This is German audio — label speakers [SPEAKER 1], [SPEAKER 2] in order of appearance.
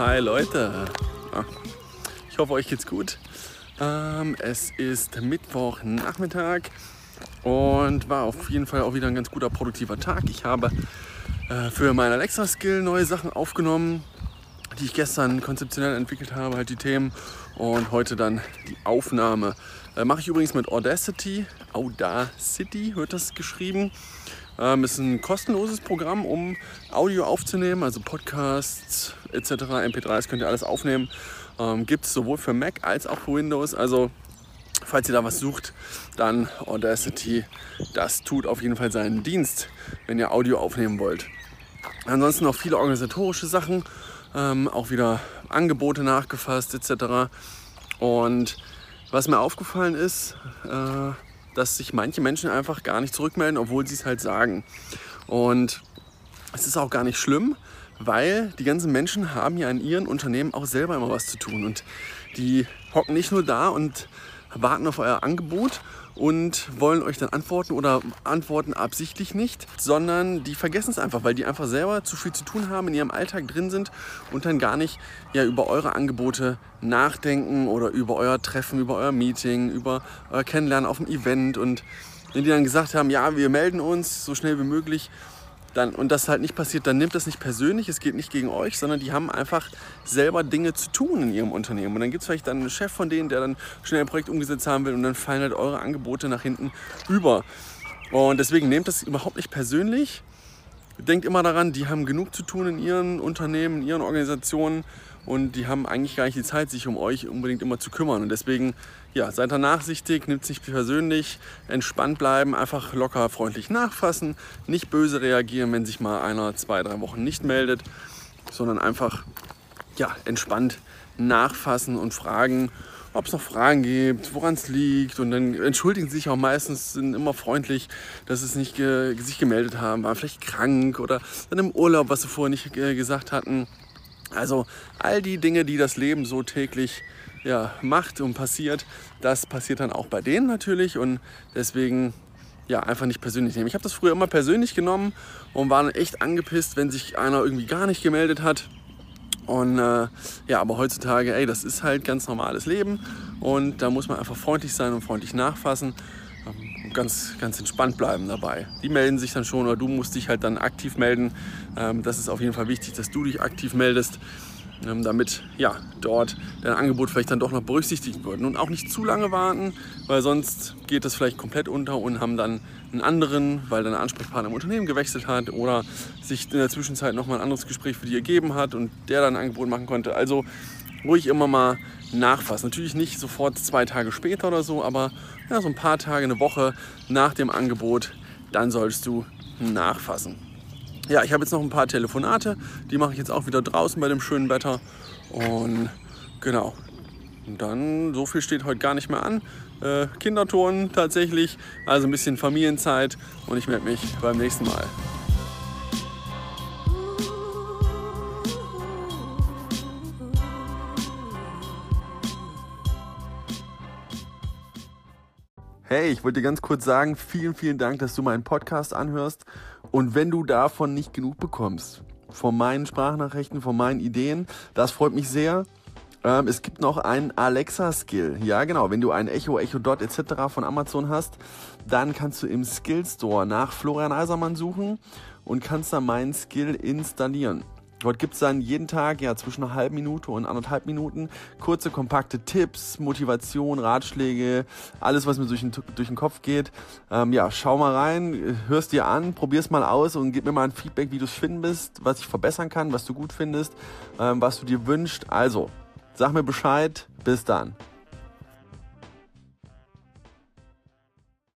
[SPEAKER 1] Hi Leute, ich hoffe euch geht's gut. Es ist Mittwochnachmittag und war auf jeden Fall auch wieder ein ganz guter produktiver Tag. Ich habe für mein Alexa-Skill neue Sachen aufgenommen, die ich gestern konzeptionell entwickelt habe, halt die Themen, und heute dann die Aufnahme. Mache ich übrigens mit Audacity wird das geschrieben. Ist ein kostenloses Programm, um Audio aufzunehmen, also Podcasts etc., MP3s könnt ihr alles aufnehmen. Gibt es sowohl für Mac als auch für Windows. Also falls ihr da was sucht, dann Audacity. Das tut auf jeden Fall seinen Dienst, wenn ihr Audio aufnehmen wollt. Ansonsten noch viele organisatorische Sachen, auch wieder Angebote nachgefasst etc. Und was mir aufgefallen ist, dass sich manche Menschen einfach gar nicht zurückmelden, obwohl sie es halt sagen. Und es ist auch gar nicht schlimm, weil die ganzen Menschen haben ja in ihren Unternehmen auch selber immer was zu tun. Und die hocken nicht nur da und warten auf euer Angebot und wollen euch dann antworten oder antworten absichtlich nicht, sondern die vergessen es einfach, weil die einfach selber zu viel zu tun haben, in ihrem Alltag drin sind und dann gar nicht über eure Angebote nachdenken oder über euer Treffen, über euer Meeting, über euer Kennenlernen auf dem Event. Und wenn die dann gesagt haben, ja, wir melden uns so schnell wie möglich, und das halt nicht passiert, dann nimmt das nicht persönlich, es geht nicht gegen euch, sondern die haben einfach selber Dinge zu tun in ihrem Unternehmen. Und dann gibt es vielleicht dann einen Chef von denen, der dann schnell ein Projekt umgesetzt haben will, und dann fallen halt eure Angebote nach hinten über. Und deswegen nehmt das überhaupt nicht persönlich. Denkt immer daran, die haben genug zu tun in ihren Unternehmen, in ihren Organisationen, und die haben eigentlich gar nicht die Zeit, sich um euch unbedingt immer zu kümmern. Und deswegen, seid da nachsichtig, nehmt es nicht persönlich, entspannt bleiben, einfach locker, freundlich nachfassen, nicht böse reagieren, wenn sich mal einer 2-3 Wochen nicht meldet, sondern einfach, entspannt nachfassen und fragen, ob es noch Fragen gibt, woran es liegt. Und dann entschuldigen sie sich auch meistens, sind immer freundlich, dass sie nicht sich gemeldet haben, waren vielleicht krank oder dann im Urlaub, was sie vorher nicht gesagt hatten. Also all die Dinge, die das Leben so täglich macht und passiert, das passiert dann auch bei denen natürlich, und deswegen einfach nicht persönlich nehmen. Ich habe das früher immer persönlich genommen und war dann echt angepisst, wenn sich einer irgendwie gar nicht gemeldet hat. Und aber heutzutage, das ist halt ganz normales Leben, und da muss man einfach freundlich sein und freundlich nachfassen und ganz, ganz entspannt bleiben dabei. Die melden sich dann schon, oder du musst dich halt dann aktiv melden. Das ist auf jeden Fall wichtig, dass du dich aktiv meldest, damit dort dein Angebot vielleicht dann doch noch berücksichtigt wird. Und auch nicht zu lange warten, weil sonst geht das vielleicht komplett unter und haben dann einen anderen, weil dein Ansprechpartner im Unternehmen gewechselt hat oder sich in der Zwischenzeit nochmal ein anderes Gespräch für dich ergeben hat und der dann ein Angebot machen konnte. Also ruhig immer mal nachfassen. Natürlich nicht sofort 2 Tage später oder so, aber so ein paar Tage, eine Woche nach dem Angebot, dann solltest du nachfassen. Ich habe jetzt noch ein paar Telefonate, die mache ich jetzt auch wieder draußen bei dem schönen Wetter, und genau. Und dann, so viel steht heute gar nicht mehr an. Kinderturnen tatsächlich, also ein bisschen Familienzeit, und ich melde mich beim nächsten Mal. Hey, ich wollte dir ganz kurz sagen, vielen, vielen Dank, dass du meinen Podcast anhörst. Und wenn du davon nicht genug bekommst, von meinen Sprachnachrichten, von meinen Ideen, das freut mich sehr. Es gibt noch einen Alexa-Skill. Ja, genau. Wenn du ein Echo Dot etc. von Amazon hast, dann kannst du im Skill Store nach Florian Eisermann suchen und kannst dann meinen Skill installieren. Dort gibt es dann jeden Tag zwischen einer halben Minute und 1,5 Minuten kurze, kompakte Tipps, Motivation, Ratschläge, alles, was mir durch den Kopf geht. Schau mal rein, hörst dir an, probier's mal aus und gib mir mal ein Feedback, wie du es findest, was ich verbessern kann, was du gut findest, was du dir wünschst. Also, sag mir Bescheid, bis dann.